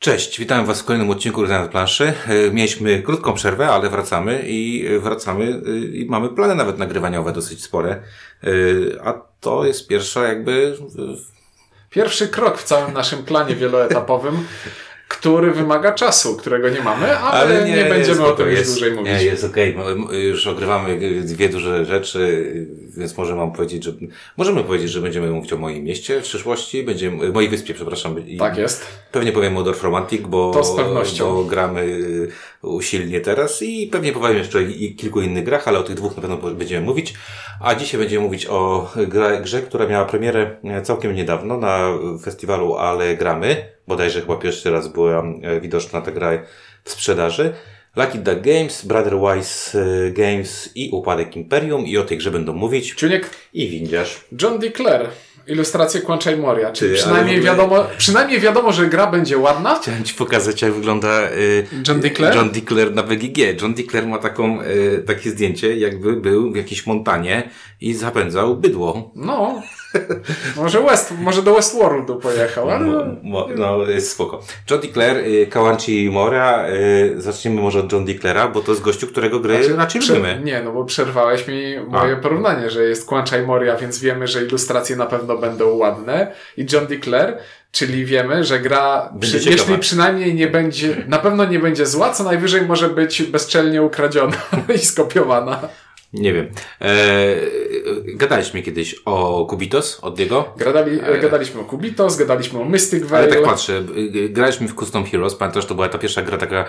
Cześć, witam Was w kolejnym odcinku Grania na planszy. Mieliśmy krótką przerwę, ale wracamy i mamy plany nawet nagrywaniowe dosyć spore. A to jest pierwszy krok w całym naszym planie wieloetapowym, który wymaga czasu, którego nie mamy, ale nie będziemy o tym już dłużej mówić. Nie, jest okej. Już ogrywamy dwie duże rzeczy, więc możemy powiedzieć, że będziemy mówić o moim mieście w przyszłości, mojej wyspie, przepraszam. Tak jest. Pewnie powiemy o Dorf Romantik, to z pewnością. Bo gramy usilnie teraz i pewnie powiem jeszcze o kilku innych grach, ale o tych dwóch na pewno będziemy mówić. A dzisiaj będziemy mówić o grze, która miała premierę całkiem niedawno na festiwalu Ale Gramy. Bodajże chyba pierwszy raz była widoczna ta gra w sprzedaży. Lucky Duck Games, Brotherwise Games i Upadek Imperium. I o tej grze będą mówić Ciuniek i Windziarz. John DeClair. Ilustracje Kłącza i Moria. Czyli przynajmniej wiadomo, że gra będzie ładna. Chciałem Ci pokazać, jak wygląda John DeClair na BGG. John DeClair ma takie zdjęcie, jakby był w jakiejś montanie i zapędzał bydło. No. Może do Westworldu pojechał, ale... No, jest spoko. John DeClair, Kałanci i Moria. Zaczniemy może od John DeClaira, bo to jest gościu, którego gry raczej lubimy. Nie, no bo przerwałeś mi moje porównanie, że jest Kłącza i Moria, więc wiemy, że ilustracje na pewno będą ładne. I John DeClair, czyli wiemy, że gra, jeśli przynajmniej nie będzie, na pewno nie będzie zła, co najwyżej może być bezczelnie ukradziona i skopiowana. Nie wiem. Gadaliśmy kiedyś o Kubitos od niego. Gadaliśmy o Kubitos, gadaliśmy o Mystic Vale. Ale tak patrzę, graliśmy w Custom Heroes. Pamiętasz, to była ta pierwsza gra taka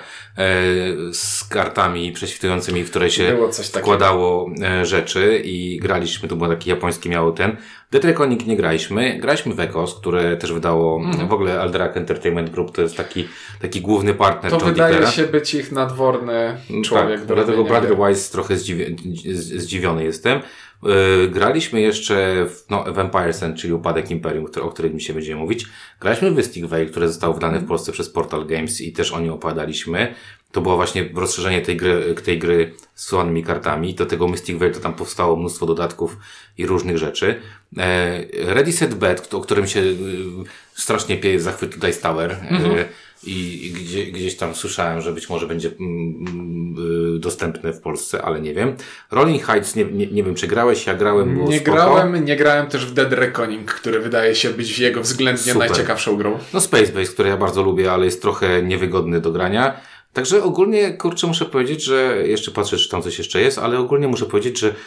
z kartami prześwitującymi, w której się wkładało rzeczy i graliśmy, to był taki japoński miało ten. Dead Reckoning nie graliśmy. Graliśmy w Ecos, które też wydało w ogóle Alderac Entertainment Group, to jest taki główny partner John DeClaira. To wydaje się być ich nadworny człowiek. Tak, dlatego Brotherwise trochę zdziwiony jestem. Graliśmy jeszcze w Empire's End, czyli Upadek Imperium, o którym dzisiaj będziemy mówić. Graliśmy w Mystic Vale, które zostało wydane w Polsce przez Portal Games i też o nim opowiadaliśmy. To było właśnie rozszerzenie tej gry z słanymi kartami. Do tego Mystic Vale to tam powstało mnóstwo dodatków i różnych rzeczy. Ready Set Bet, o którym się strasznie pieje zachwyt Dice Tower. I gdzieś tam słyszałem, że być może będzie dostępne w Polsce, ale nie wiem. Rolling Heights, nie wiem, czy grałeś, ja grałem, było spoko. Nie grałem też w Dead Reckoning, który wydaje się być jego względnie najciekawszą grą. No Space Base, które ja bardzo lubię, ale jest trochę niewygodny do grania. Także ogólnie, muszę powiedzieć, że jeszcze patrzę, czy tam coś jeszcze jest, ale ogólnie muszę powiedzieć, że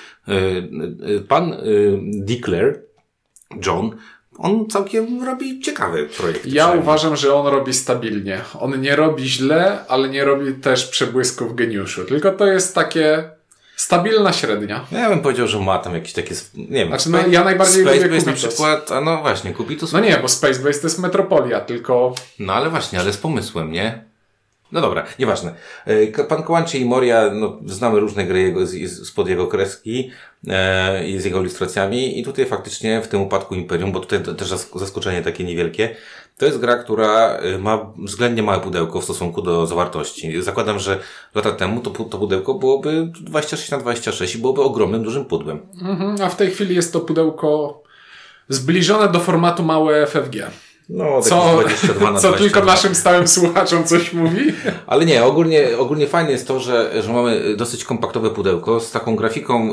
pan DeClair, John, on całkiem robi ciekawy projekt. Ja uważam, że on robi stabilnie. On nie robi źle, ale nie robi też przebłysków geniuszu. Tylko to jest takie stabilna średnia. Ja bym powiedział, że ma tam jakieś takie, nie wiem. Znaczy, ja najbardziej lubię Kubitos. na przykład, a no właśnie, Kubitos. No nie, bo Space Base to jest metropolia, tylko... No ale właśnie, ale z pomysłem, nie? No dobra, nieważne. Pan Kałanci i Moria, znamy różne gry spod jego kreski i z jego ilustracjami i tutaj faktycznie w tym Upadku Imperium, bo tutaj też zaskoczenie takie niewielkie, to jest gra, która ma względnie małe pudełko w stosunku do zawartości. Zakładam, że lata temu to pudełko byłoby 26x26 i byłoby ogromnym, dużym pudłem. A w tej chwili jest to pudełko zbliżone do formatu małe FFG. No, co tylko naszym stałym słuchaczom coś mówi. Ale nie, ogólnie fajne jest to, że mamy dosyć kompaktowe pudełko z taką grafiką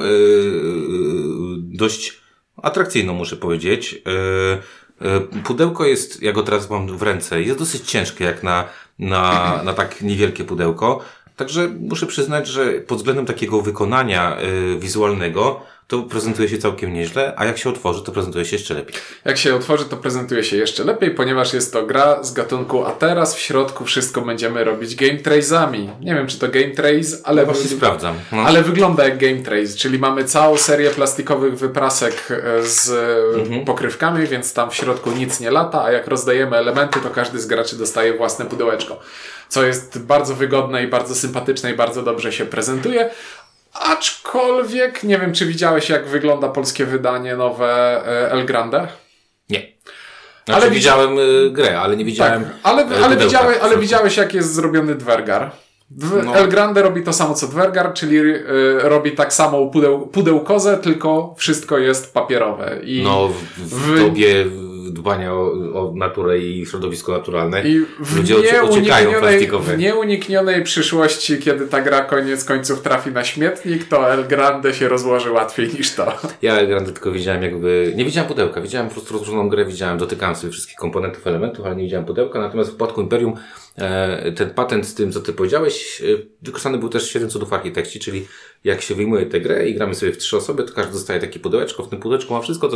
dość atrakcyjną, muszę powiedzieć. Pudełko jest, ja go teraz mam w ręce, jest dosyć ciężkie jak na tak niewielkie pudełko. Także muszę przyznać, że pod względem takiego wykonania wizualnego to prezentuje się całkiem nieźle, a jak się otworzy, to prezentuje się jeszcze lepiej. Jak się otworzy, to prezentuje się jeszcze lepiej, ponieważ jest to gra z gatunku, a teraz w środku wszystko będziemy robić game trace'ami. Nie wiem, czy to game trace, ale... Właśnie sprawdzam. No. Ale wygląda jak game trace, czyli mamy całą serię plastikowych wyprasek z pokrywkami, więc tam w środku nic nie lata, a jak rozdajemy elementy, to każdy z graczy dostaje własne pudełeczko. Co jest bardzo wygodne i bardzo sympatyczne i bardzo dobrze się prezentuje. Aczkolwiek nie wiem, czy widziałeś, jak wygląda polskie wydanie nowe El Grande? Nie. Ale widziałem grę, ale nie widziałem. Tak, ale widziałeś, jak jest zrobiony Dwergar. El Grande robi to samo co Dwergar, czyli robi tak samo pudełkozę, tylko wszystko jest papierowe. I w dobie dbania o naturę i środowisko naturalne. I ludzie uciekają plastikowe. W nieuniknionej przyszłości, kiedy ta gra koniec końców trafi na śmietnik, to El Grande się rozłoży łatwiej niż to. Ja El Grande tylko widziałem nie widziałem pudełka, widziałem po prostu rozłożoną grę, dotykałem sobie wszystkich komponentów, elementów, ale nie widziałem pudełka, natomiast w przypadku Imperium ten patent z tym, co ty powiedziałeś, wykorzystany był też w 7 cudów architekci, czyli jak się wyjmuje tę grę i gramy sobie w 3 osoby, to każdy dostaje takie pudełeczko, w tym pudełeczku ma wszystko,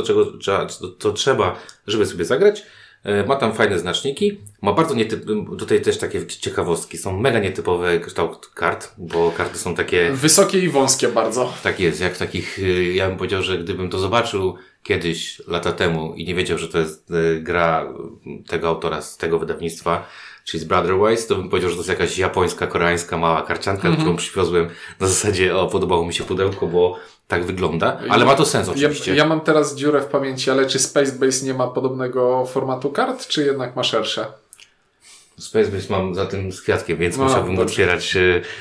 co trzeba, żeby sobie zagrać. Ma tam fajne znaczniki, ma bardzo tutaj też takie ciekawostki, są mega nietypowe kształt kart, bo karty są takie... Wysokie i wąskie bardzo. Tak jest, jak takich, ja bym powiedział, że gdybym to zobaczył kiedyś, lata temu i nie wiedział, że to jest gra tego autora z tego wydawnictwa, czyli z Brotherwise, to bym powiedział, że to jest jakaś japońska, koreańska mała karcianka, którą przywiozłem na zasadzie, podobało mi się pudełko, bo tak wygląda, ale ma to sens oczywiście. Ja mam teraz dziurę w pamięci, ale czy Space Base nie ma podobnego formatu kart, czy jednak ma szersze? Space Base mam za tym z kwiatkiem, więc musiałbym otwierać...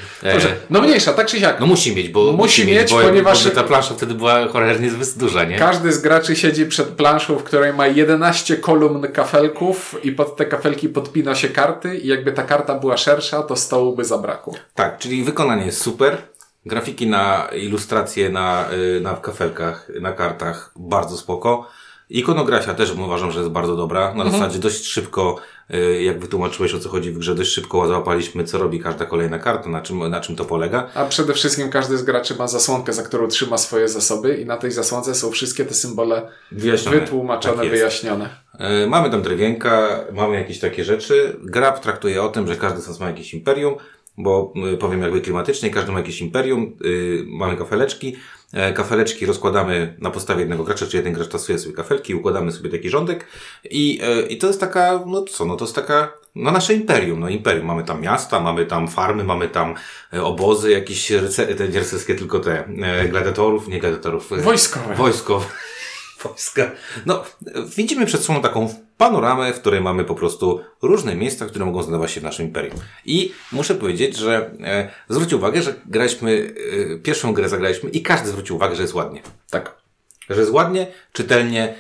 No mniejsza, tak czy siak. No musi mieć, ponieważ ta plansza wtedy była cholernie duża, nie? Każdy z graczy siedzi przed planszą, w której ma 11 kolumn kafelków i pod te kafelki podpina się karty i jakby ta karta była szersza, to stołu by zabrakło. Tak, czyli wykonanie jest super. Grafiki na ilustracje na kafelkach, na kartach bardzo spoko. Ikonografia też uważam, że jest bardzo dobra. Na zasadzie dość szybko, jak wytłumaczyłeś, o co chodzi w grze, dość szybko załapaliśmy, co robi każda kolejna karta, na czym to polega. A przede wszystkim każdy z graczy ma zasłonkę, za którą trzyma swoje zasoby i na tej zasłonce są wszystkie te symbole wytłumaczone, tak wyjaśnione. Mamy tam drewienka, mamy jakieś takie rzeczy. Gra traktuje o tym, że każdy z nas ma jakieś imperium, bo powiem jakby klimatycznie, każdy ma jakieś imperium, mamy kafeleczki. Kafeleczki rozkładamy na podstawie jednego gracza, czyli jeden gracz tasuje sobie kafelki, układamy sobie taki rządek i to jest taka, to jest taka, nasze imperium. No imperium, mamy tam miasta, mamy tam farmy, mamy tam obozy, jakieś te rycerskie, tylko te gladiatorów. Wojskowe. Wojska. No, widzimy przed sobą taką panoramę, w której mamy po prostu różne miejsca, które mogą znajdować się w naszym imperium. I muszę powiedzieć, że zwróćcie uwagę, że pierwszą grę zagraliśmy i każdy zwrócił uwagę, że jest ładnie. Tak. Że jest ładnie, czytelnie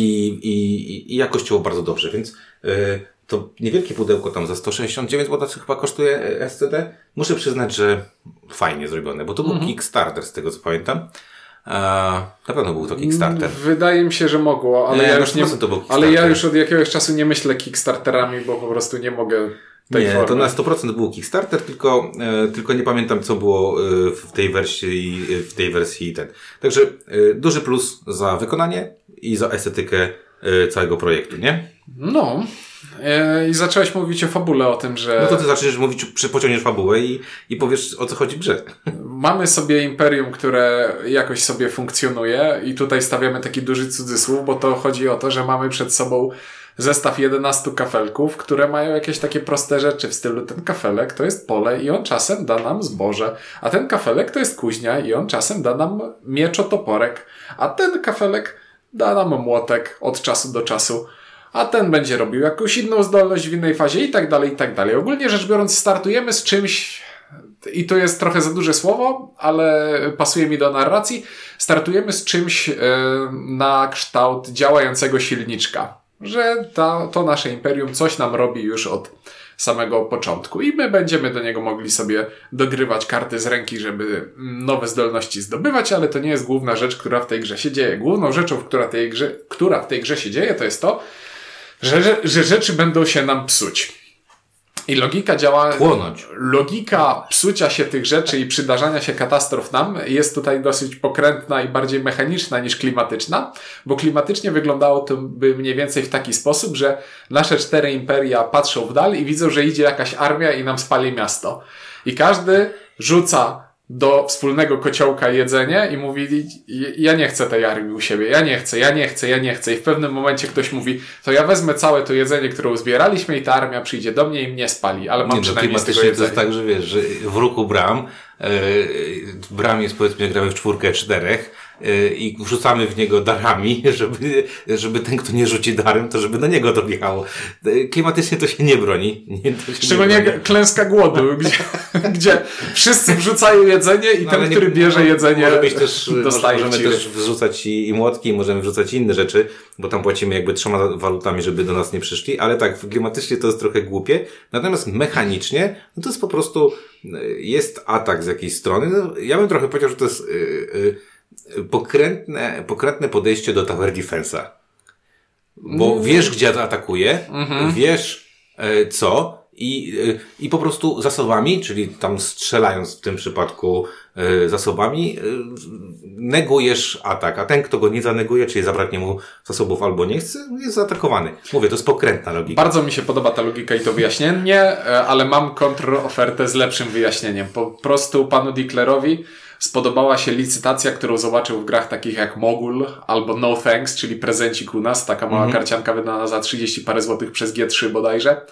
i jakościowo bardzo dobrze, więc to niewielkie pudełko tam za 169 zł chyba kosztuje SCD. Muszę przyznać, że fajnie zrobione, bo to był Kickstarter z tego co pamiętam. Na pewno był to Kickstarter. Wydaje mi się, że mogło, ale ja już od jakiegoś czasu nie myślę Kickstarterami, bo po prostu nie mogę tej formy. To na 100% był Kickstarter, tylko nie pamiętam co było w tej wersji ten. Także duży plus za wykonanie i za estetykę całego projektu, nie? No. I zacząłeś mówić o fabule, o tym, że... No to ty zaczniesz mówić, pociągniesz fabułę i powiesz, o co chodzi w grze. Mamy sobie imperium, które jakoś sobie funkcjonuje i tutaj stawiamy taki duży cudzysłów, bo to chodzi o to, że mamy przed sobą zestaw 11 kafelków, które mają jakieś takie proste rzeczy w stylu ten kafelek to jest pole i on czasem da nam zboże, a ten kafelek to jest kuźnia i on czasem da nam mieczotoporek, a ten kafelek da nam młotek od czasu do czasu. A ten będzie robił jakąś inną zdolność w innej fazie i tak dalej, i tak dalej. Ogólnie rzecz biorąc startujemy z czymś, i to jest trochę za duże słowo, ale pasuje mi do narracji, startujemy z czymś na kształt działającego silniczka. Że to nasze imperium coś nam robi już od samego początku i my będziemy do niego mogli sobie dogrywać karty z ręki, żeby nowe zdolności zdobywać, ale to nie jest główna rzecz, która w tej grze się dzieje. Główną rzeczą, która w tej grze się dzieje, to jest to, że rzeczy będą się nam psuć. I logika działa... Płonąć. Logika psucia się tych rzeczy i przydarzania się katastrof nam jest tutaj dosyć pokrętna i bardziej mechaniczna niż klimatyczna, bo klimatycznie wyglądało to by mniej więcej w taki sposób, że nasze 4 imperia patrzą w dal i widzą, że idzie jakaś armia i nam spali miasto. I każdy rzuca do wspólnego kociołka jedzenie i mówi, ja nie chcę tej armii u siebie, ja nie chcę. I w pewnym momencie ktoś mówi, to ja wezmę całe to jedzenie, które uzbieraliśmy i ta armia przyjdzie do mnie i mnie spali, ale mam przynajmniej z tego jedzenia. To jest tak, że wiesz, że w ruchu bram jest powiedzmy, gramy w 4, 4, i wrzucamy w niego darami, żeby ten, kto nie rzuci darem, to żeby do niego to wjechało. Klimatycznie to się nie broni. Szczególnie jak klęska głodu, gdzie wszyscy wrzucają jedzenie i ten, który bierze jedzenie, może być też, dostaje możemy też wrzucać i młotki, i możemy wrzucać inne rzeczy, bo tam płacimy jakby 3 walutami, żeby do nas nie przyszli, ale tak, klimatycznie to jest trochę głupie, natomiast mechanicznie, no to jest po prostu, jest atak z jakiejś strony. No, ja bym trochę powiedział, że to jest pokrętne podejście do tower defense'a. Bo wiesz, gdzie atakuje, wiesz co i po prostu zasobami, czyli tam strzelając w tym przypadku zasobami, negujesz atak, a ten, kto go nie zaneguje, czyli zabraknie mu zasobów albo nie chce, jest zaatakowany. Mówię, to jest pokrętna logika. Bardzo mi się podoba ta logika i to wyjaśnienie, ale mam kontrofertę z lepszym wyjaśnieniem. Po prostu panu Dicklerowi spodobała się licytacja, którą zobaczył w grach takich jak Mogul albo No Thanks, czyli prezencik u nas, taka mała karcianka wydana za 30 parę złotych przez G3 bodajże.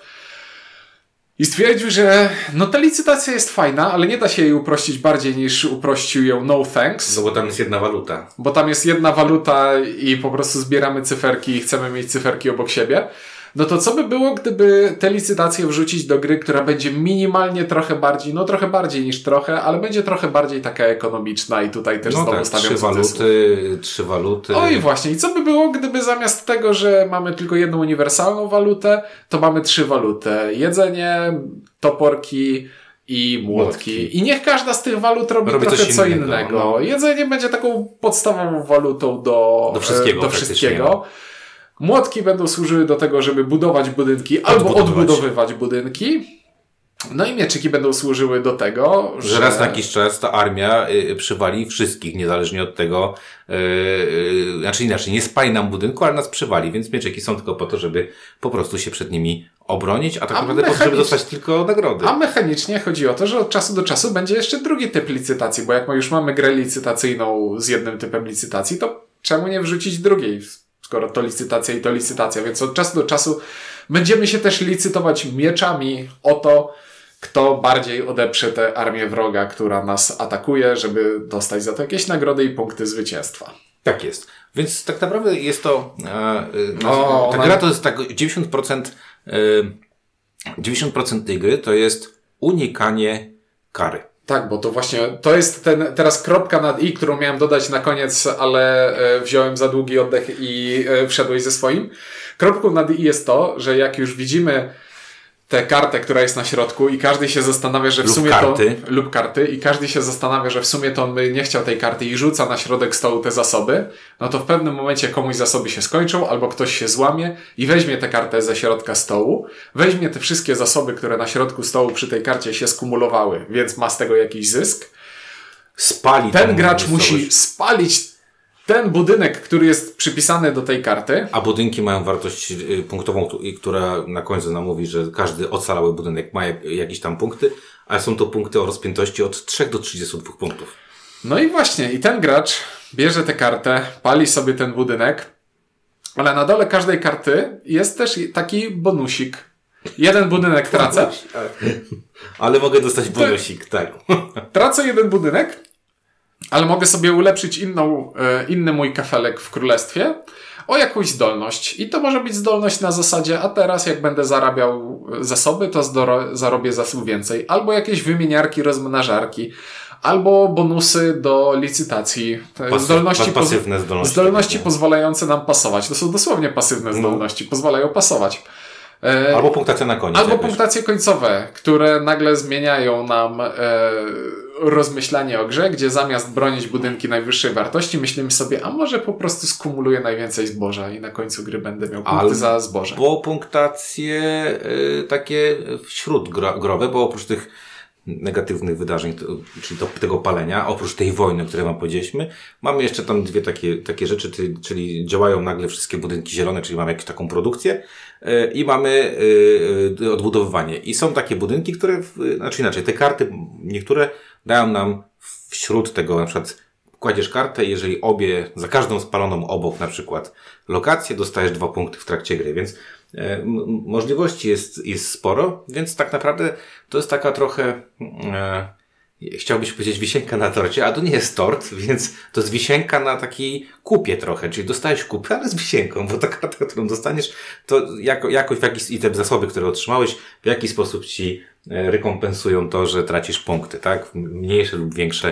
I stwierdził, że no ta licytacja jest fajna, ale nie da się jej uprościć bardziej niż uprościł ją No Thanks. No bo tam jest jedna waluta. Bo tam jest jedna waluta i po prostu zbieramy cyferki i chcemy mieć cyferki obok siebie. No to co by było, gdyby te licytacje wrzucić do gry, która będzie minimalnie trochę bardziej, no trochę bardziej niż trochę, ale będzie trochę bardziej taka ekonomiczna i tutaj też znowu stawiam trzy waluty. Oj właśnie, i co by było, gdyby zamiast tego, że mamy tylko jedną uniwersalną walutę, to mamy 3 waluty. Jedzenie, toporki i młotki. I niech każda z tych walut robi trochę co innego. No. Jedzenie będzie taką podstawową walutą do wszystkiego. Młotki będą służyły do tego, żeby budować budynki albo odbudowywać budynki. No i mieczyki będą służyły do tego, że raz na jakiś czas ta armia przywali wszystkich, niezależnie od tego, znaczy inaczej, nie spali nam budynku, ale nas przywali, więc mieczyki są tylko po to, żeby po prostu się przed nimi obronić, a tak naprawdę po to, żeby dostać tylko nagrody. A mechanicznie chodzi o to, że od czasu do czasu będzie jeszcze drugi typ licytacji, bo jak już mamy grę licytacyjną z jednym typem licytacji, to czemu nie wrzucić drugiej? Skoro to licytacja i to licytacja, więc od czasu do czasu będziemy się też licytować mieczami o to, kto bardziej odeprze tę armię wroga, która nas atakuje, żeby dostać za to jakieś nagrody i punkty zwycięstwa. Tak jest. Więc tak naprawdę jest to gra to jest tak 90% tej gry to jest unikanie kary. Tak, bo to właśnie, to jest teraz kropka nad i, którą miałem dodać na koniec, ale wziąłem za długi oddech i wszedłeś ze swoim. Kropką nad i jest to, że jak już widzimy tę kartę, która jest na środku i każdy się zastanawia, że w sumie lub karty i każdy się zastanawia, że w sumie to on by nie chciał tej karty i rzuca na środek stołu te zasoby, no to w pewnym momencie komuś zasoby się skończą albo ktoś się złamie i weźmie tę kartę ze środka stołu, weźmie te wszystkie zasoby, które na środku stołu przy tej karcie się skumulowały, więc ma z tego jakiś zysk. Ten gracz musi spalić ten budynek, który jest przypisany do tej karty. A budynki mają wartość punktową, która na końcu nam mówi, że każdy ocalały budynek ma jakieś tam punkty, ale są to punkty o rozpiętości od 3 do 32 punktów. No i właśnie, i ten gracz bierze tę kartę, pali sobie ten budynek, ale na dole każdej karty jest też taki bonusik. Jeden budynek tracę. Ale mogę dostać bonusik, tak. Tracę jeden budynek, ale mogę sobie ulepszyć inny mój kafelek w królestwie o jakąś zdolność. I to może być zdolność na zasadzie, a teraz jak będę zarabiał zasoby, to zarobię zasób więcej. Albo jakieś wymieniarki, rozmnażarki, albo bonusy do licytacji. Pasywne zdolności pozwalające nam pasować. To są dosłownie pasywne zdolności, pozwalają pasować. Albo punktacja na koniec. Albo punktacje końcowe, które nagle zmieniają nam rozmyślanie o grze, gdzie zamiast bronić budynki najwyższej wartości, myślimy sobie, a może po prostu skumuluję najwięcej zboża i na końcu gry będę miał punkty za zboże. Bo punktacje takie wśródgrowe, bo oprócz tych negatywnych wydarzeń, czyli tego palenia, oprócz tej wojny, o której wam powiedzieliśmy, mamy jeszcze tam dwie takie rzeczy, czyli działają nagle wszystkie budynki zielone, czyli mamy jakąś taką produkcję i mamy odbudowywanie. I są takie budynki, które, znaczy inaczej, te karty niektóre dają nam wśród tego, na przykład kładziesz kartę i jeżeli za każdą spaloną obok na przykład lokację dostajesz 2 punkty w trakcie gry, więc możliwości jest sporo, więc tak naprawdę to jest taka trochę chciałbyś powiedzieć wisienka na torcie, a to nie jest tort, więc to jest wisienka na takiej kupie trochę, czyli dostajesz kupę, ale z wisienką, bo ta karta, którą dostaniesz, to jakoś i te zasoby, które otrzymałeś, w jakiś sposób ci rekompensują to, że tracisz punkty, tak? Mniejsze lub większe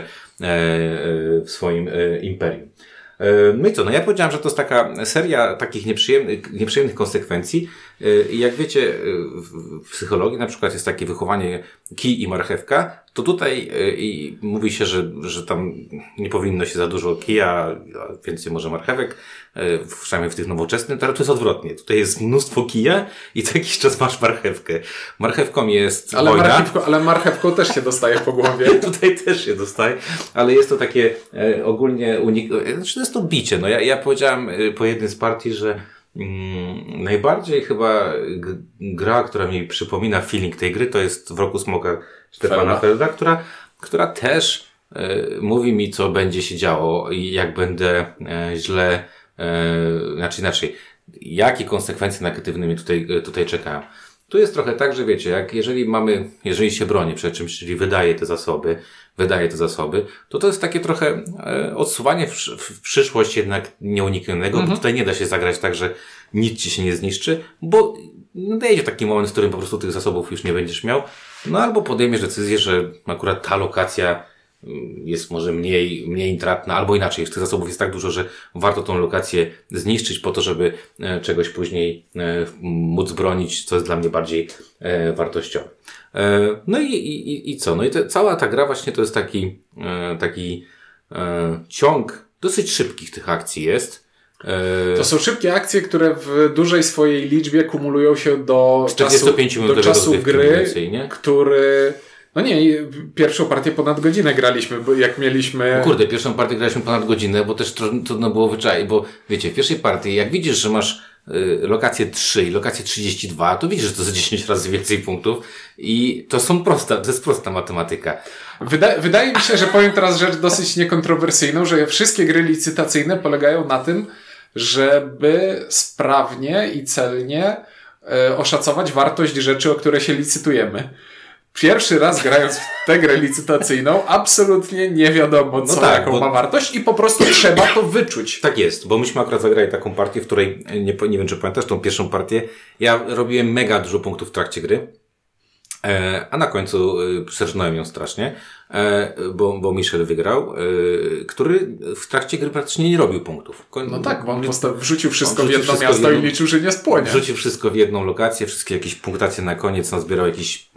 w swoim imperium. No i co? No ja powiedziałem, że to jest taka seria takich nieprzyjemnych konsekwencji. I jak wiecie, w psychologii na przykład jest takie wychowanie kij i marchewka, to tutaj mówi się, że tam nie powinno się za dużo kija, a więcej może marchewek, przynajmniej w tych nowoczesnych, ale to jest odwrotnie. Tutaj jest mnóstwo kija i co jakiś czas masz marchewkę. Marchewką jest wojna. Ale marchewką też się dostaje po głowie. Tutaj też się dostaje, ale jest to takie ogólnie znaczy to jest to bicie. No ja powiedziałem po jednej z partii, że najbardziej chyba gra, która mi przypomina feeling tej gry, to jest W roku Smoka Stefana Felda, która też mówi mi, co będzie się działo i jak będę źle, inaczej, jakie konsekwencje negatywne mnie tutaj czekają. Tu jest trochę tak, że wiecie, jeżeli się broni przed czymś, czyli wydaje te zasoby, to jest takie trochę odsuwanie w przyszłość jednak nieuniknionego, bo tutaj nie da się zagrać tak, że nic ci się nie zniszczy, bo dojdzie taki moment, w którym po prostu tych zasobów już nie będziesz miał, no albo podejmiesz decyzję, że akurat ta lokacja jest może mniej intratna, albo inaczej, tych zasobów jest tak dużo, że warto tą lokację zniszczyć po to, żeby czegoś później móc bronić, co jest dla mnie bardziej wartościowe. No i co? No i cała ta gra właśnie to jest taki ciąg dosyć szybkich tych akcji jest. To są szybkie akcje, które w dużej swojej liczbie kumulują się do czasu gry, więcej, nie? Który... No nie, pierwszą partię ponad godzinę graliśmy, bo jak mieliśmy... No kurde, pierwszą partię graliśmy ponad godzinę, bo też trudno było wyczaić, bo wiecie, w pierwszej partii, jak widzisz, że masz lokację 3 i lokację 32, to widzisz, że to jest 10 razy więcej punktów i to jest prosta matematyka. Wydaje mi się, że powiem teraz rzecz dosyć niekontrowersyjną, że wszystkie gry licytacyjne polegają na tym, żeby sprawnie i celnie oszacować wartość rzeczy, o które się licytujemy. Pierwszy raz grając w tę grę licytacyjną, absolutnie nie wiadomo, jaką ma wartość i po prostu trzeba to wyczuć. Tak jest, bo myśmy akurat zagrali taką partię, w której, nie wiem czy pamiętasz, tą pierwszą partię, ja robiłem mega dużo punktów w trakcie gry, a na końcu przerżnąłem ją strasznie, bo Michel wygrał, który w trakcie gry praktycznie nie robił punktów. No tak, bo on wrzucił wszystko w jedno miasto i liczył, że nie spłonie. Wrzucił wszystko w jedną lokację, wszystkie jakieś punktacje na koniec, nazbierał jakichś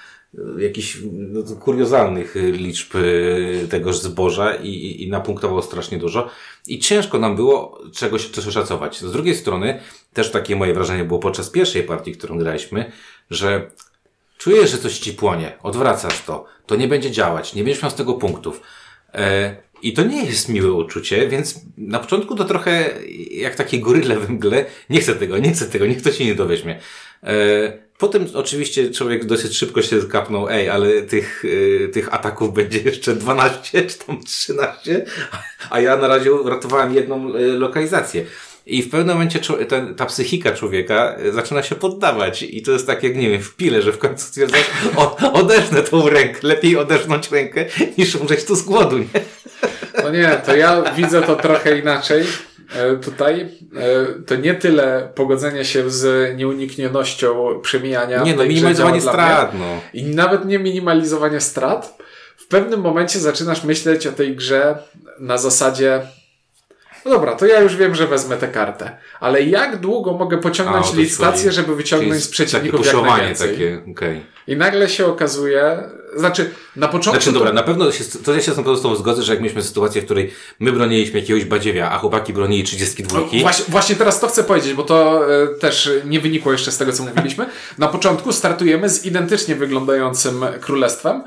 kuriozalnych liczb tegoż zboża i napunktował strasznie dużo. I ciężko nam było coś oszacować. Z drugiej strony, też takie moje wrażenie było podczas pierwszej partii, którą graliśmy, że czujesz, że coś ci płonie, odwracasz to nie będzie działać, nie będziesz miał z tego punktów. I to nie jest miłe uczucie, więc na początku to trochę jak takie goryle we mgle, nie chcę tego, niech to się nie doweźmie. Potem oczywiście człowiek dosyć szybko się kapnął, ale tych ataków będzie jeszcze 12 czy tam 13, a ja na razie uratowałem jedną lokalizację. I w pewnym momencie ta psychika człowieka zaczyna się poddawać i to jest tak jak, nie wiem, w pile, że w końcu stwierdzasz, oderznę tą rękę, lepiej oderznąć rękę niż umrzeć tu z głodu, nie? No nie, to ja widzę to trochę inaczej. Tutaj to nie tyle pogodzenie się z nieuniknionością przemijania. Nie, minimalizowanie strat. I nawet nie minimalizowanie strat. W pewnym momencie zaczynasz myśleć o tej grze na zasadzie no dobra, to ja już wiem, że wezmę tę kartę. Ale jak długo mogę pociągnąć licytację, żeby wyciągnąć z przeciwników jak najwięcej? Takie, okay. I nagle się okazuje, na początku... dobra, na pewno ja się z tą zgodzę, że jak mieliśmy sytuację, w której my broniliśmy jakiegoś badziewia, a chłopaki bronili 32. No, właśnie teraz to chcę powiedzieć, bo to też nie wynikło jeszcze z tego, co mówiliśmy. Na początku startujemy z identycznie wyglądającym królestwem,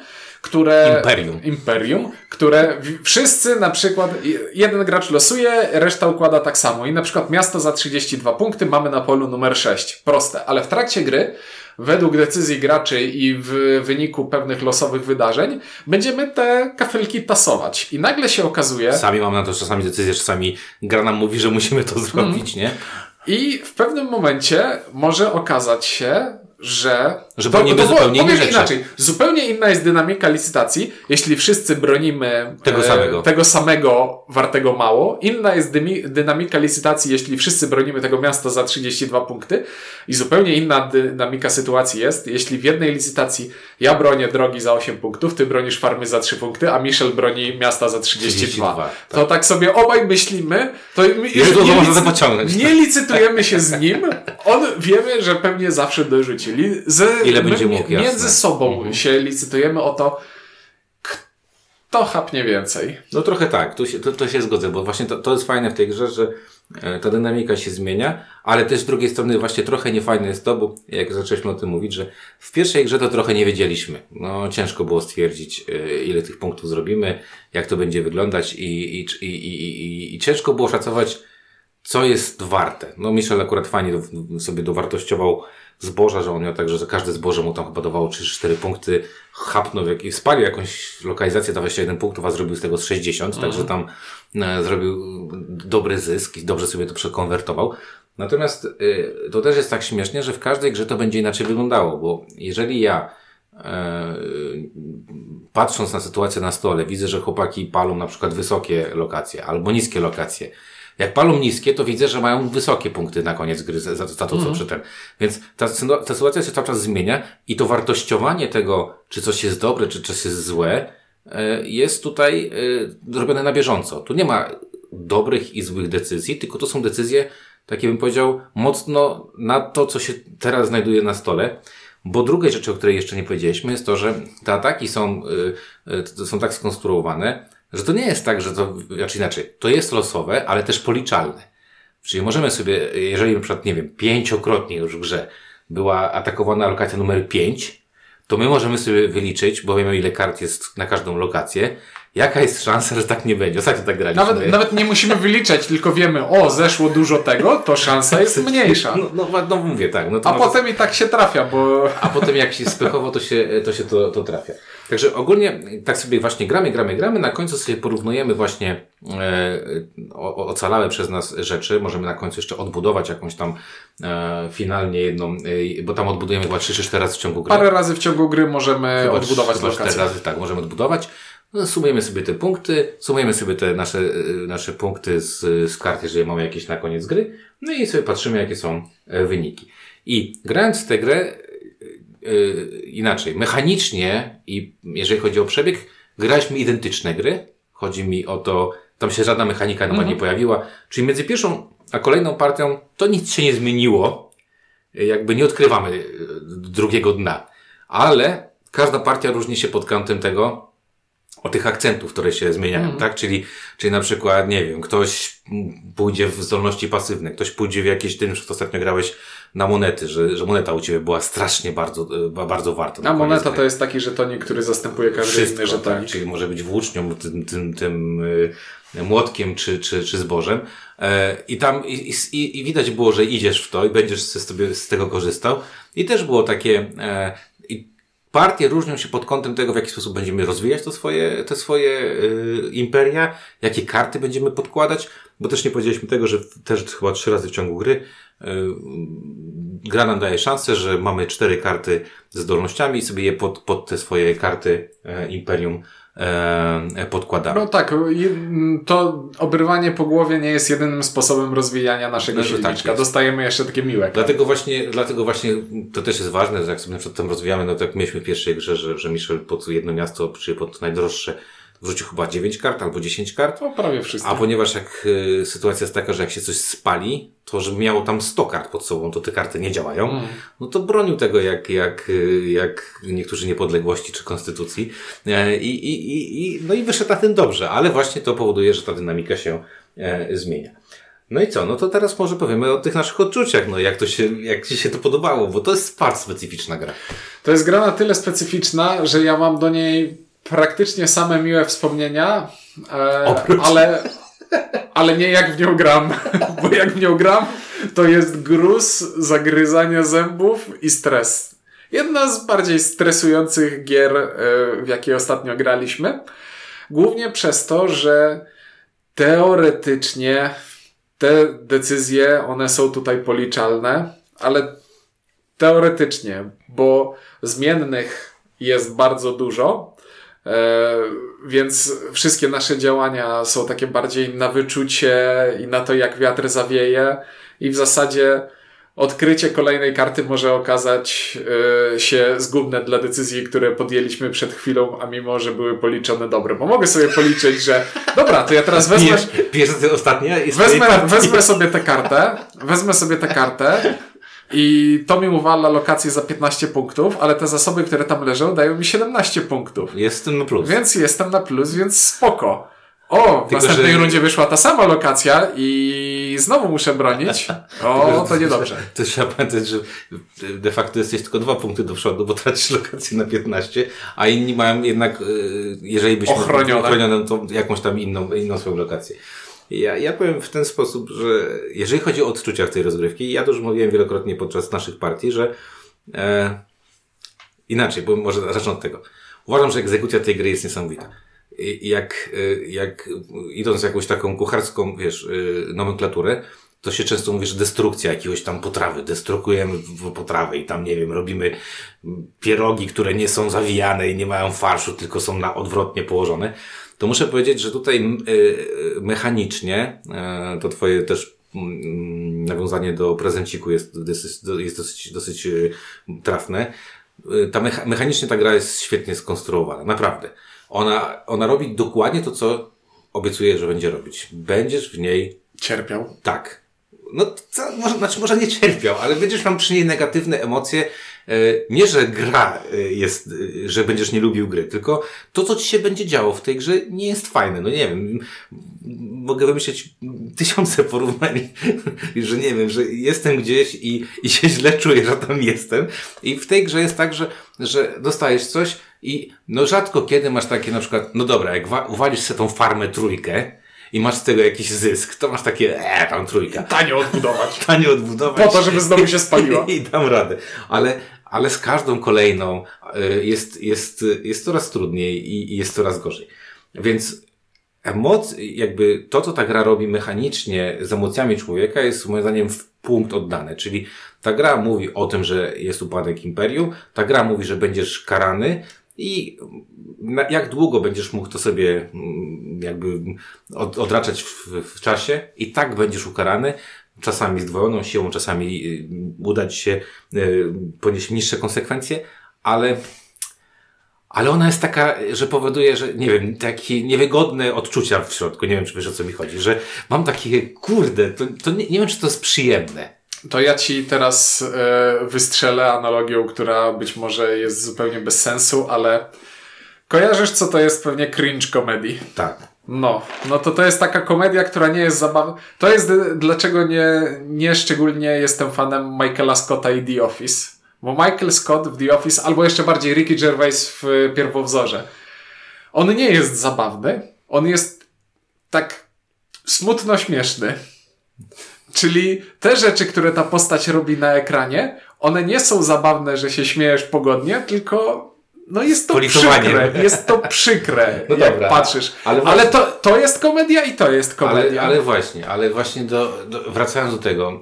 Imperium, które wszyscy na przykład, jeden gracz losuje, reszta układa tak samo. I na przykład miasto za 32 punkty mamy na polu numer 6. Proste. Ale w trakcie gry, według decyzji graczy i w wyniku pewnych losowych wydarzeń, będziemy te kafelki tasować. I nagle się okazuje... Sami mamy na to czasami decyzję, czasami gra nam mówi, że musimy to zrobić, nie? I w pewnym momencie może okazać się, że Że bronimy zupełnie inne rzeczy. Inaczej. Zupełnie inna jest dynamika licytacji, jeśli wszyscy bronimy tego samego wartego mało. Inna jest dynamika licytacji, jeśli wszyscy bronimy tego miasta za 32 punkty. I zupełnie inna dynamika sytuacji jest, jeśli w jednej licytacji ja bronię drogi za 8 punktów, ty bronisz farmy za 3 punkty, a Michel broni miasta za 32. Tak. To tak sobie obaj myślimy, to nie licytujemy się z nim. On wiemy, że pewnie zawsze dorzuci. Ile będzie mógł, między sobą się licytujemy o to, kto chapnie więcej. No trochę tak, to się zgodzę, bo właśnie to jest fajne w tej grze, że ta dynamika się zmienia, ale też z drugiej strony właśnie trochę niefajne jest to, bo jak zaczęliśmy o tym mówić, że w pierwszej grze to trochę nie wiedzieliśmy. No ciężko było stwierdzić, ile tych punktów zrobimy, jak to będzie wyglądać i ciężko było szacować, co jest warte. No Michel akurat fajnie sobie dowartościował zboża, że on miał tak, że za każde zboże mu tam chyba dawało 3-4 punkty, chapnął, spalił jakąś lokalizację, 21 punktów, a zrobił z tego 60, także tam zrobił dobry zysk i dobrze sobie to przekonwertował. Natomiast to też jest tak śmiesznie, że w każdej grze to będzie inaczej wyglądało, bo jeżeli ja patrząc na sytuację na stole, widzę, że chłopaki palą na przykład wysokie lokacje albo niskie lokacje. Jak palą niskie, to widzę, że mają wysokie punkty na koniec gry za to, co przytem. Więc ta sytuacja się cały czas zmienia i to wartościowanie tego, czy coś jest dobre, czy coś jest złe, jest tutaj robione na bieżąco. Tu nie ma dobrych i złych decyzji, tylko to są decyzje, takie bym powiedział, mocno na to, co się teraz znajduje na stole. Bo druga rzecz, o której jeszcze nie powiedzieliśmy, jest to, że te ataki są tak skonstruowane, że to nie jest tak, że to, inaczej, to jest losowe, ale też policzalne. Czyli możemy sobie, jeżeli na przykład, nie wiem, 5-krotnie już w grze była atakowana lokacja numer 5, to my możemy sobie wyliczyć, bo wiemy ile kart jest na każdą lokację, jaka jest szansa, że tak nie będzie. Ostatnio tak graliśmy. Nawet nie musimy wyliczać, tylko wiemy, zeszło dużo tego, to szansa jest mniejsza. No mówię tak. No to potem i tak się trafia, bo... A potem jak się spychowo, to trafia. Także ogólnie tak sobie właśnie gramy, na końcu sobie porównujemy właśnie ocalałe przez nas rzeczy, możemy na końcu jeszcze odbudować jakąś tam finalnie jedną, bo tam odbudujemy chyba 3 czy 4 razy w ciągu gry. Parę razy w ciągu gry możemy odbudować lokację. 4 razy, tak, możemy odbudować. No, sumujemy sobie te punkty, sumujemy sobie te nasze punkty z kart, jeżeli mamy jakieś na koniec gry, no i sobie patrzymy, jakie są wyniki. I grając w tę grę, inaczej, mechanicznie i jeżeli chodzi o przebieg, graliśmy identyczne gry. Chodzi mi o to, tam się żadna mechanika nowa nie pojawiła. Czyli między pierwszą a kolejną partią to nic się nie zmieniło. Jakby nie odkrywamy drugiego dna. Ale każda partia różni się pod kątem tego, o tych akcentów, które się zmieniają, tak? Czyli na przykład, nie wiem, ktoś pójdzie w zdolności pasywne, ktoś pójdzie w jakieś, ty już ostatnio grałeś na monety, że moneta u ciebie była strasznie bardzo warta. A moneta to jest taki żetonik, który zastępuje każdy inny żetonik. Tak, czyli może być włócznią, tym młotkiem, czy zbożem. I tam, i widać było, że idziesz w to i będziesz sobie z tego korzystał. I też było takie, partie różnią się pod kątem tego, w jaki sposób będziemy rozwijać te swoje imperia, jakie karty będziemy podkładać, bo też nie powiedzieliśmy tego, że też chyba 3 razy w ciągu gry gra nam daje szansę, że mamy 4 karty ze zdolnościami i sobie je pod te swoje karty imperium podkładamy. No tak, to obrywanie po głowie nie jest jedynym sposobem rozwijania naszego silniczka. Tak, dostajemy jeszcze takie miłe. Dlatego właśnie to też jest ważne, że jak sobie na przykład tam rozwijamy, no tak mieliśmy w pierwszej grze, że Michel pod jedno miasto, czy pod najdroższe wrzucił chyba 9 kart albo 10 kart. No prawie wszystko. A ponieważ sytuacja jest taka, że jak się coś spali, to żeby miało tam 100 kart pod sobą, to te karty nie działają. No to bronił tego jak niektórzy niepodległości czy konstytucji. No i wyszedł na tym dobrze, ale właśnie to powoduje, że ta dynamika się zmienia. No i co? No to teraz może powiemy o tych naszych odczuciach, no jak ci się to podobało, bo to jest bardzo specyficzna gra. To jest gra na tyle specyficzna, że ja mam do niej praktycznie same miłe wspomnienia, ale nie jak w nią gram, bo jak w nią gram, to jest gruz, zagryzanie zębów i stres. Jedna z bardziej stresujących gier, w jakie ostatnio graliśmy, głównie przez to, że teoretycznie te decyzje, one są tutaj policzalne, ale Teoretycznie, bo zmiennych jest bardzo dużo, więc wszystkie nasze działania są takie bardziej na wyczucie i na to, jak wiatr zawieje i w zasadzie odkrycie kolejnej karty może okazać się zgubne dla decyzji, które podjęliśmy przed chwilą, a mimo, że były policzone dobre. Bo mogę sobie policzyć, że dobra, to ja teraz wezmę... Wezmę sobie tę kartę i to mi uwala lokację za 15 punktów, ale te zasoby, które tam leżą, dają mi 17 punktów. Jestem na plus. Więc jestem na plus, więc spoko. W następnej rundzie wyszła ta sama lokacja i znowu muszę bronić. To niedobrze. To trzeba pamiętać, że de facto jesteś tylko 2 punkty do przodu, bo tracisz lokację na 15, a inni mają jednak, jeżeli byśmy ochronione, to jakąś tam inną swoją lokację. Ja powiem w ten sposób, że jeżeli chodzi o odczucia w tej rozgrywki, ja to już mówiłem wielokrotnie podczas naszych partii, że inaczej, bo może zacznę od tego. Uważam, że egzekucja tej gry jest niesamowita. Jak idąc jakąś taką kucharską, nomenklaturę, to się często mówi, że destrukcja jakiegoś tam potrawy, destrukujemy potrawę i tam, nie wiem, robimy pierogi, które nie są zawijane i nie mają farszu, tylko są odwrotnie położone. To muszę powiedzieć, że tutaj mechanicznie, to twoje też nawiązanie do prezenciku jest dosyć trafne. Mechanicznie ta gra jest świetnie skonstruowana, naprawdę. Ona robi dokładnie to, co obiecuje, że będzie robić. Będziesz w niej... Cierpiał? Tak. Może nie cierpiał, ale będziesz miał przy niej negatywne emocje. Nie, że gra jest, że będziesz nie lubił gry, tylko to, co ci się będzie działo w tej grze, nie jest fajne. No nie wiem, mogę wymyśleć 1000 porównań, że nie wiem, że jestem gdzieś i się źle czuję, że tam jestem. I w tej grze jest tak, że dostajesz coś i rzadko kiedy masz takie na przykład, dobra, jak uwalisz sobie tą farmę 3 i masz z tego jakiś zysk, to masz takie, tam 3. Tanio odbudować. Po to, żeby znowu się spaliła. I dam radę. Ale z każdą kolejną jest coraz trudniej i jest coraz gorzej. Więc jakby to, co ta gra robi mechanicznie z emocjami człowieka, jest moim zdaniem w punkt oddane. Czyli ta gra mówi o tym, że jest upadek imperium, ta gra mówi, że będziesz karany i jak długo będziesz mógł to sobie jakby odraczać w czasie i tak będziesz ukarany. Czasami zdwojoną siłą, czasami uda ci się ponieść niższe konsekwencje, ale ona jest taka, że powoduje, że nie wiem, takie niewygodne odczucia w środku. Nie wiem, czy wiesz, o co mi chodzi, że mam takie, kurde, to nie wiem, czy to jest przyjemne. To ja ci teraz wystrzelę analogią, która być może jest zupełnie bez sensu, ale kojarzysz, co to jest pewnie cringe comedy? Tak. No to jest taka komedia, która nie jest zabawna. To jest dlaczego nie szczególnie jestem fanem Michaela Scotta i The Office. Bo Michael Scott w The Office, albo jeszcze bardziej Ricky Gervais w Pierwowzorze. On nie jest zabawny. On jest tak smutno śmieszny. Czyli te rzeczy, które ta postać robi na ekranie, one nie są zabawne, że się śmiejesz pogodnie, tylko jest to przykre. Jest to przykre, jak dobra, patrzysz. Ale to jest komedia i to jest komedia. Ale właśnie wracając do tego,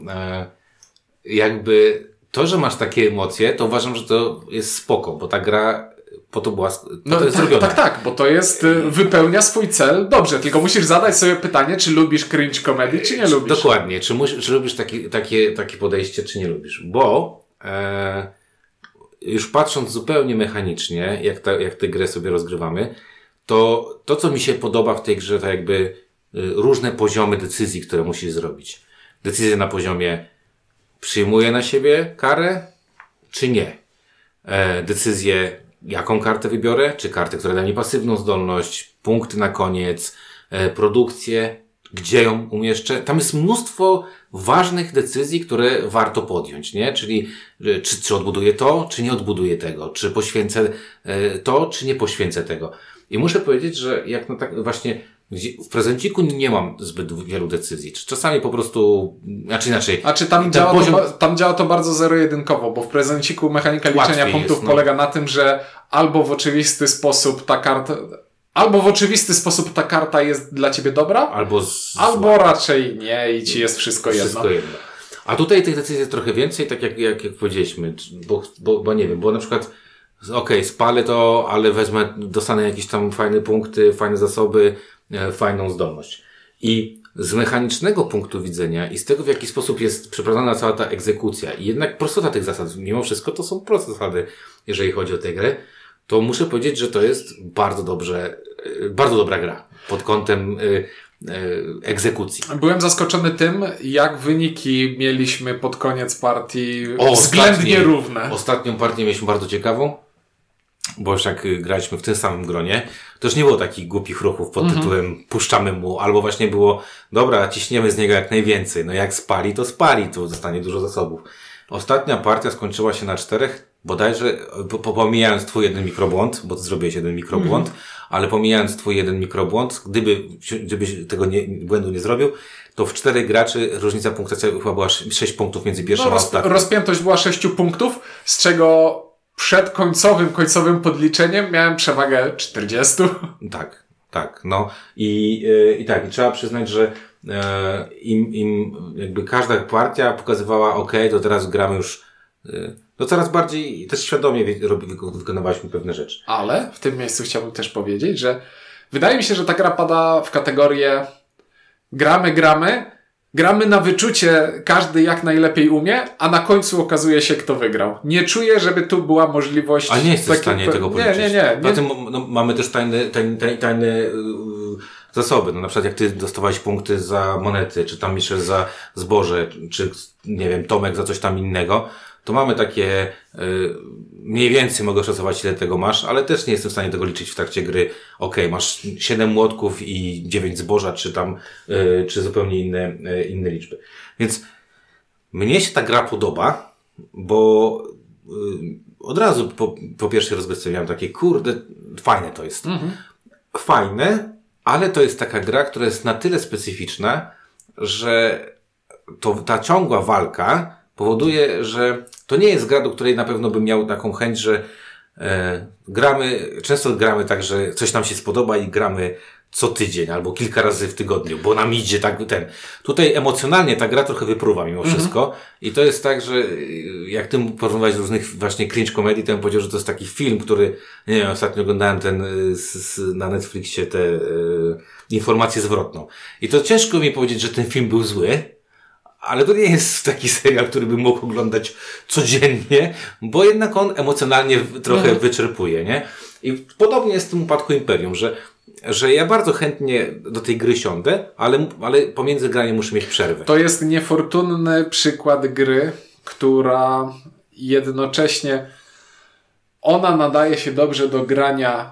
jakby to, że masz takie emocje, to uważam, że to jest spoko, bo ta gra po to była, to jest zrobiona. Tak, bo to jest, wypełnia swój cel. Dobrze, tylko musisz zadać sobie pytanie, czy lubisz cringe comedy, czy nie lubisz. Dokładnie, czy lubisz takie podejście, czy nie lubisz. Bo już patrząc zupełnie mechanicznie, jak tę grę sobie rozgrywamy, to co mi się podoba w tej grze, to jakby różne poziomy decyzji, które musisz zrobić. Decyzje na poziomie przyjmuję na siebie karę, czy nie. Decyzję, jaką kartę wybiorę, czy kartę, która da mi pasywną zdolność, punkty na koniec, produkcję, gdzie ją umieszczę. Tam jest mnóstwo ważnych decyzji, które warto podjąć, nie? Czyli czy odbuduję to, czy nie odbuduję tego, czy poświęcę to, czy nie poświęcę tego. I muszę powiedzieć, że jak tak właśnie w prezenciku nie mam zbyt wielu decyzji. Czasami po prostu, inaczej. Tam działa to bardzo zero-jedynkowo, bo w prezenciku mechanika liczenia punktów polega na tym, że albo w oczywisty sposób ta karta jest dla ciebie dobra, albo raczej nie i ci jest wszystko jedno. A tutaj tych decyzji jest trochę więcej, tak jak powiedzieliśmy, bo nie wiem, bo na przykład spalę to, ale dostanę jakieś tam fajne punkty, fajne zasoby, fajną zdolność. I z mechanicznego punktu widzenia i z tego, w jaki sposób jest przeprowadzona cała ta egzekucja i jednak prostota tych zasad, mimo wszystko to są proste zasady, jeżeli chodzi o tę grę, to muszę powiedzieć, że to jest bardzo dobra gra pod kątem egzekucji. Byłem zaskoczony tym, jak wyniki mieliśmy pod koniec partii względnie równe. Ostatnią partię mieliśmy bardzo ciekawą, bo już jak graliśmy w tym samym gronie, to już nie było takich głupich ruchów pod tytułem puszczamy mu, albo właśnie było dobra, ciśniemy z niego jak najwięcej. No jak spali, to zostanie dużo zasobów. Ostatnia partia skończyła się na 4, bodajże, pomijając twój jeden mikrobłąd, bo ty zrobiłeś jeden mikrobłąd, ale pomijając twój jeden mikrobłąd, gdybyś tego błędu nie zrobił, to w 4 graczy różnica punktacja chyba była 6 punktów między pierwszą a ostatnią. Rozpiętość była 6 punktów, z czego przed końcowym podliczeniem miałem przewagę 40. Tak, no i trzeba przyznać, że im jakby każda partia pokazywała to teraz gramy już coraz bardziej też świadomie wykonywaliśmy pewne rzeczy. Ale w tym miejscu chciałbym też powiedzieć, że wydaje mi się, że ta gra pada w kategorię gramy na wyczucie, każdy jak najlepiej umie, a na końcu okazuje się, kto wygrał. Nie czuję, żeby tu była możliwość... A nie jesteś w stanie tego policzyć. Nie. Poza tym mamy też tajne zasoby. No, na przykład jak ty dostawałeś punkty za monety, czy tam jeszcze za zboże, czy nie wiem, Tomek za coś tam innego, to mamy takie, mniej więcej mogę szacować, ile tego masz, ale też nie jestem w stanie tego liczyć w trakcie gry. Masz 7 młotków i 9 zboża, czy tam, czy zupełnie inne liczby. Więc mnie się ta gra podoba, bo od razu po pierwszej rozgrywce miałem takie, fajne to jest. Fajne, ale to jest taka gra, która jest na tyle specyficzna, że ta ciągła walka powoduje, że to nie jest gra, do której na pewno bym miał taką chęć, że często gramy tak, że coś nam się spodoba i gramy co tydzień albo kilka razy w tygodniu, bo nam idzie Tutaj emocjonalnie ta gra trochę wypruwa mimo wszystko i to jest tak, że jak ty porównywałeś z różnych właśnie cringe komedii, to bym powiedział, że to jest taki film, który, nie wiem, ostatnio oglądałem na Netflixie informację zwrotną. I to ciężko mi powiedzieć, że ten film był zły, ale to nie jest taki serial, który bym mógł oglądać codziennie, bo jednak on emocjonalnie trochę wyczerpuje, nie? I podobnie jest w tym upadku Imperium, że ja bardzo chętnie do tej gry siądę, ale pomiędzy graniem muszę mieć przerwę. To jest niefortunny przykład gry, która jednocześnie ona nadaje się dobrze do grania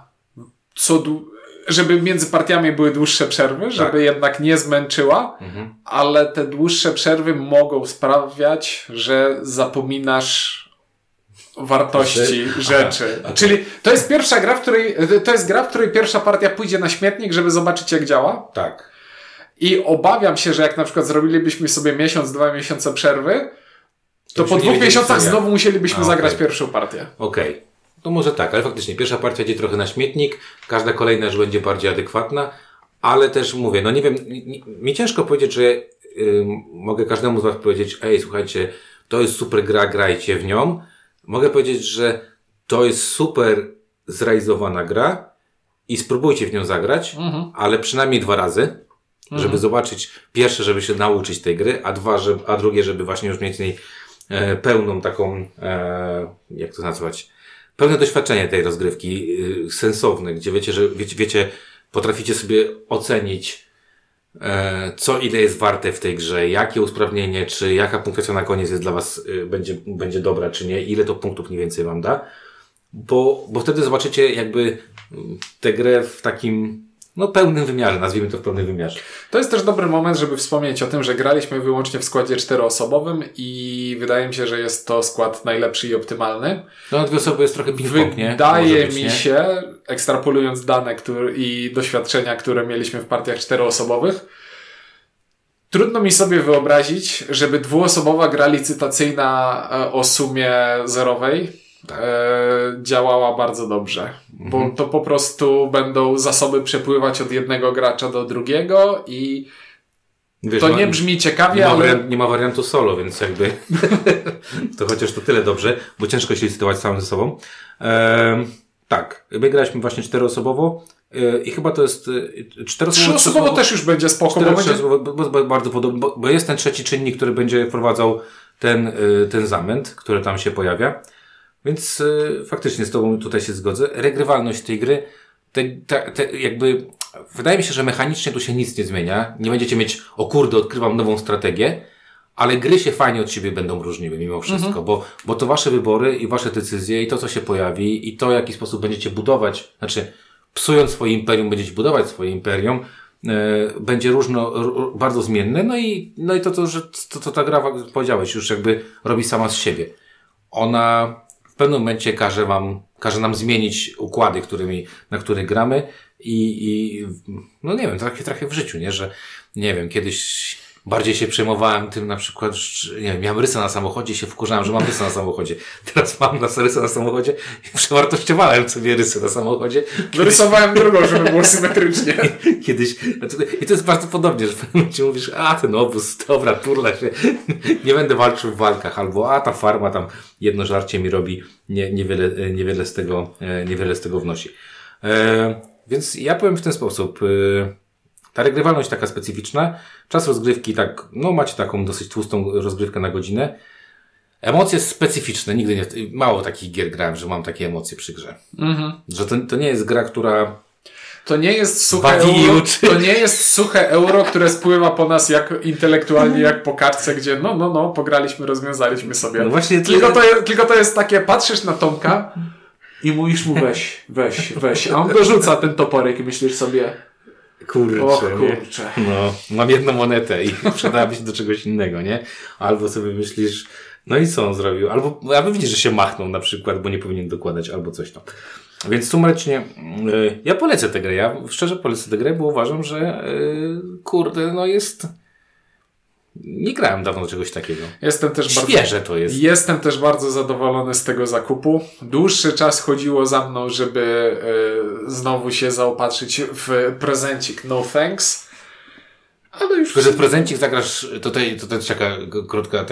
żeby między partiami były dłuższe przerwy, żeby jednak nie zmęczyła, ale te dłuższe przerwy mogą sprawiać, że zapominasz wartości rzeczy. Czyli to jest pierwsza gra, w której pierwsza partia pójdzie na śmietnik, żeby zobaczyć, jak działa. Tak. I obawiam się, że jak na przykład zrobilibyśmy sobie 2 miesiące przerwy, to po 2 miesiącach znowu musielibyśmy zagrać pierwszą partię. Okej. To może tak, ale faktycznie pierwsza partia idzie trochę na śmietnik, każda kolejna już będzie bardziej adekwatna, ale też mówię, no nie wiem, mi ciężko powiedzieć, że mogę każdemu z was powiedzieć, słuchajcie, to jest super gra, grajcie w nią. Mogę powiedzieć, że to jest super zrealizowana gra i spróbujcie w nią zagrać, ale przynajmniej 2 razy, żeby zobaczyć, pierwsze, żeby się nauczyć tej gry, a drugie, żeby właśnie już mieć w niej pełną taką, jak to nazwać, pełne doświadczenie tej rozgrywki, sensowne, gdzie wiecie, potraficie sobie ocenić, co ile jest warte w tej grze, jakie usprawnienie, czy jaka punktacja na koniec jest dla was, będzie dobra, czy nie, ile to punktów mniej więcej wam da, bo wtedy zobaczycie jakby tę grę w takim, pełnym wymiarze, nazwijmy to w pełnym wymiarze. To jest też dobry moment, żeby wspomnieć o tym, że graliśmy wyłącznie w składzie 4-osobowym i wydaje mi się, że jest to skład najlepszy i optymalny. No, 2 osoby jest trochę ping-pong, nie? Wydaje mi się, ekstrapolując dane i doświadczenia, które mieliśmy w partiach 4-osobowych, trudno mi sobie wyobrazić, żeby 2-osobowa gra licytacyjna o sumie zerowej działała bardzo dobrze, bo to po prostu będą zasoby przepływać od jednego gracza do drugiego i Wiesz, to nie brzmi ciekawie, ale... Nie ma wariantu solo, więc jakby to chociaż to tyle dobrze, bo ciężko się licytować samym ze sobą. Tak, my graliśmy właśnie 4-osobowo i chyba to jest 4-osobowo. 3-osobowo też już będzie spoko, bo bardzo podobnie, bo jest ten trzeci czynnik, który będzie wprowadzał ten zamęt, który tam się pojawia. Więc faktycznie z tobą tutaj się zgodzę. Regrywalność tej gry, jakby wydaje mi się, że mechanicznie tu się nic nie zmienia. Nie będziecie mieć, o kurde, odkrywam nową strategię, ale gry się fajnie od siebie będą różniły mimo wszystko, bo to wasze wybory i wasze decyzje i to, co się pojawi i to, w jaki sposób będziecie budować, znaczy psując swoje imperium, będziecie budować swoje imperium, będzie bardzo zmienne, no i to ta gra, powiedziałeś, już jakby robi sama z siebie. Ona w pewnym momencie każe nam zmienić układy, na których gramy i no nie wiem, trochę w życiu, nie, że nie wiem, kiedyś bardziej się przejmowałem tym na przykład, że, nie wiem, miałem rysę na samochodzie i się wkurzałem, że mam rysę na samochodzie. Teraz mam rysę na samochodzie i przewartościowałem sobie rysę na samochodzie. Wyrysowałem drugą, żeby było symetrycznie. Kiedyś, i to jest bardzo podobnie, że w pewnym momencie mówisz, ten obóz, dobra, turla się, nie będę walczył w walkach, albo ta farma tam jedno żarcie mi robi, niewiele z tego wnosi. Więc ja powiem w ten sposób, ta regrywalność taka specyficzna, czas rozgrywki tak, no macie taką dosyć tłustą rozgrywkę na godzinę. Emocje specyficzne, mało takich gier grałem, że mam takie emocje przy grze. Że to nie jest gra, która... To nie jest suche euro, które spływa po nas intelektualnie jak po kartce, gdzie pograliśmy, rozwiązaliśmy sobie. No właśnie, tylko to jest takie, patrzysz na Tomka i mówisz mu weź, a on dorzuca ten toporek i myślisz sobie... Kurczę. No, mam jedną monetę i przydałaby się do czegoś innego, nie? Albo sobie myślisz, no i co on zrobił? Albo widzisz, że się machnął na przykład, bo nie powinien dokładać, albo coś tam. Więc sumarycznie, ja polecę tę grę. Ja szczerze polecę tę grę, bo uważam, że jest... Nie grałem dawno do czegoś takiego. Świeże to jest. Jestem też bardzo zadowolony z tego zakupu. Dłuższy czas chodziło za mną, żeby znowu się zaopatrzyć w prezencik No Thanks. Ale już... W prezencik zagrasz, to jest taka krótka,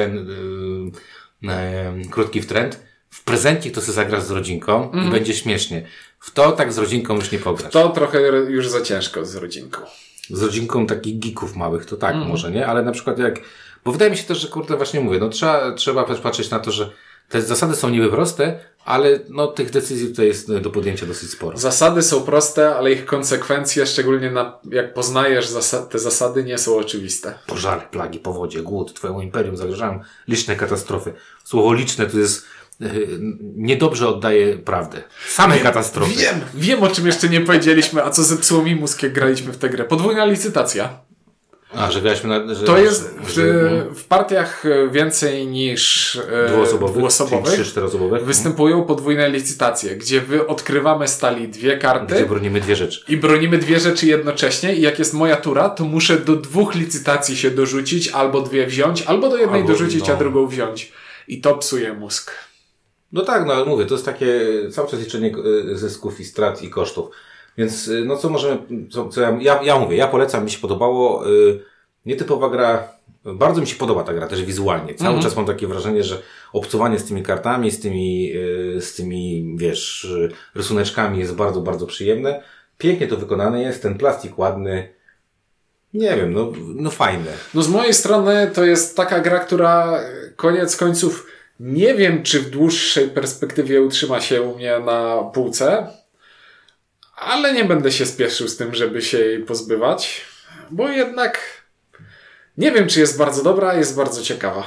krótki wtręt. W prezencik to sobie zagrasz z rodzinką i będzie śmiesznie. W to tak z rodzinką już nie pograsz. To trochę już za ciężko z rodzinką. Z rodzinką takich geeków małych, to tak, może nie, ale na przykład bo wydaje mi się też, że właśnie mówię, trzeba też patrzeć na to, że te zasady są niby proste, ale tych decyzji tutaj jest do podjęcia dosyć sporo. Zasady są proste, ale ich konsekwencje, szczególnie jak poznajesz te zasady, nie są oczywiste. Pożary, plagi, powodzie, głód, twojemu imperium zagrażają liczne katastrofy. Słowo liczne tu jest niedobrze oddaje prawdę. Same katastrofy. Wiem, o czym jeszcze nie powiedzieliśmy, a co zepsuło mi mózg, jak graliśmy w tę grę. Podwójna licytacja. Że graliśmy to jest w partiach więcej niż dwuosobowych 3-4-osobowych występują podwójne licytacje, gdzie odkrywamy stali 2 karty. Gdzie bronimy 2 rzeczy. I bronimy 2 rzeczy jednocześnie i jak jest moja tura, to muszę do 2 licytacji się dorzucić, albo 2 wziąć, albo do jednej dorzucić, a drugą wziąć. I to psuje mózg. No tak, mówię, to jest takie cały czas liczenie zysków i strat i kosztów. Więc co możemy, ja mówię, ja polecam, mi się podobało, nietypowa gra, bardzo mi się podoba ta gra też wizualnie. Cały czas mam takie wrażenie, że obcowanie z tymi kartami, z tymi wiesz, rysuneczkami jest bardzo, bardzo przyjemne. Pięknie to wykonane jest, ten plastik ładny. Nie wiem, fajne. Z mojej strony to jest taka gra, która koniec końców nie wiem, czy w dłuższej perspektywie utrzyma się u mnie na półce, ale nie będę się spieszył z tym, żeby się jej pozbywać, bo jednak nie wiem, czy jest bardzo dobra, jest bardzo ciekawa.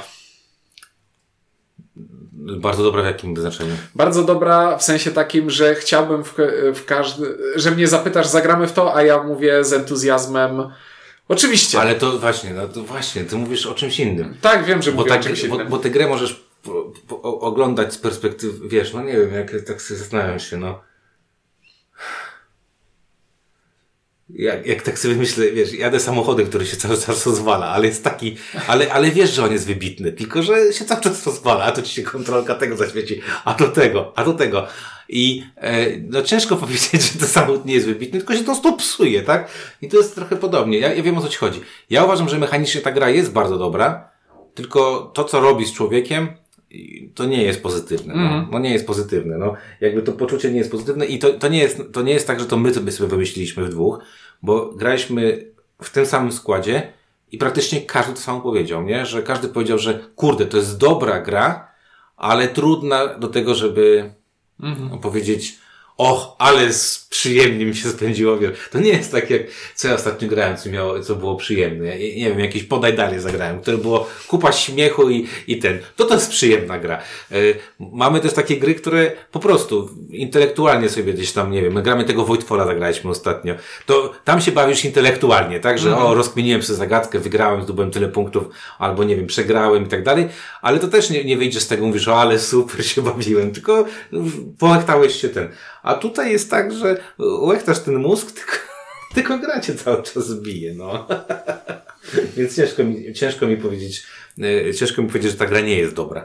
Bardzo dobra w jakim znaczeniu? Bardzo dobra w sensie takim, że chciałbym że mnie zapytasz, zagramy w to, a ja mówię z entuzjazmem oczywiście. Ale to właśnie, ty mówisz o czymś innym. Tak, wiem, że mówię o czymś innym. Bo tę grę możesz oglądać z perspektywy, wiesz, nie wiem, jak tak sobie zastanawiam się, jak tak sobie myślę, wiesz, jadę samochodem, który się cały czas rozwala, ale jest taki, ale wiesz, że on jest wybitny, tylko że się cały czas rozwala, a to ci się kontrolka tego zaświeci, a do tego. I no ciężko powiedzieć, że ten samochód nie jest wybitny, tylko się to stop psuje, tak? I to jest trochę podobnie. Ja wiem, o co ci chodzi. Ja uważam, że mechanicznie ta gra jest bardzo dobra, tylko to, co robi z człowiekiem, to nie jest pozytywne. No nie jest pozytywne. No, jakby to poczucie nie jest pozytywne i to nie jest tak, że to my sobie wymyśliliśmy w dwóch, bo graliśmy w tym samym składzie i praktycznie każdy to samo powiedział, nie? Że każdy powiedział, że kurde, to jest dobra gra, ale trudna do tego, żeby powiedzieć, ale przyjemnie mi się spędziło, wiesz. To nie jest tak, jak co ja ostatnio grałem, co było przyjemne. Ja, nie wiem, jakieś Podaj Dalej zagrałem, które było kupa śmiechu i ten. To jest przyjemna gra. Mamy też takie gry, które po prostu intelektualnie sobie gdzieś tam, nie wiem, my gramy tego Voidfalla, zagraliśmy ostatnio. To tam się bawisz intelektualnie, tak? Że rozkminiłem sobie zagadkę, wygrałem, zdobyłem tyle punktów, albo nie wiem, przegrałem i tak dalej, ale to też nie wyjdziesz z tego, mówisz, ale super się bawiłem, tylko połechtałeś się ten. A tutaj jest tak, że łechtasz ten mózg, tylko gra cię cały czas bije, no. Więc ciężko mi powiedzieć, że ta gra nie jest dobra.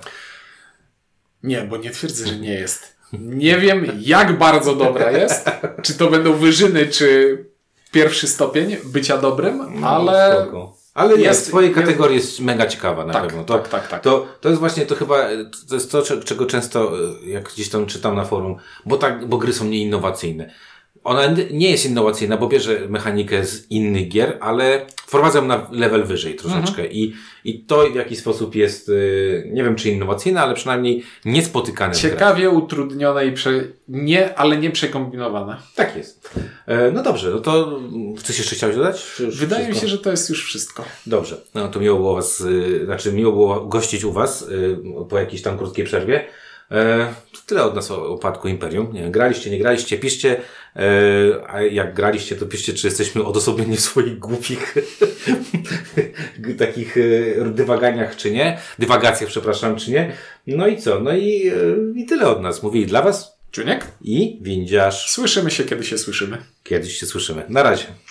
Nie, bo nie twierdzę, że nie jest. Nie wiem, jak bardzo dobra jest. Czy to będą wyżyny, czy pierwszy stopień bycia dobrym, ale... Ale jest w swojej kategorii jest mega ciekawa na pewno. Tak. To jest właśnie to jest to, czego często, jak gdzieś tam czytam na forum, bo gry są nieinnowacyjne. Ona nie jest innowacyjna, bo bierze mechanikę z innych gier, ale wprowadza ją na level wyżej troszeczkę. I to w jakiś sposób jest, nie wiem czy innowacyjne, ale przynajmniej niespotykane. Ciekawie utrudnione ale nie przekombinowane. Tak jest. No dobrze, no to coś jeszcze chciałeś dodać? Wydaje mi się, że to jest już wszystko. Dobrze. No to miło było miło było gościć u was po jakiejś tam krótkiej przerwie. Tyle od nas o upadku Imperium. Nie, graliście, nie graliście, piszcie. A jak graliście, to piszcie, czy jesteśmy odosobnieni w swoich głupich takich dywagacjach, czy nie. Dywagacjach, przepraszam, czy nie. No i co? No i tyle od nas. Mówili dla was Czuniek i Windziarz. Słyszymy się, kiedy się słyszymy. Kiedyś się słyszymy. Na razie.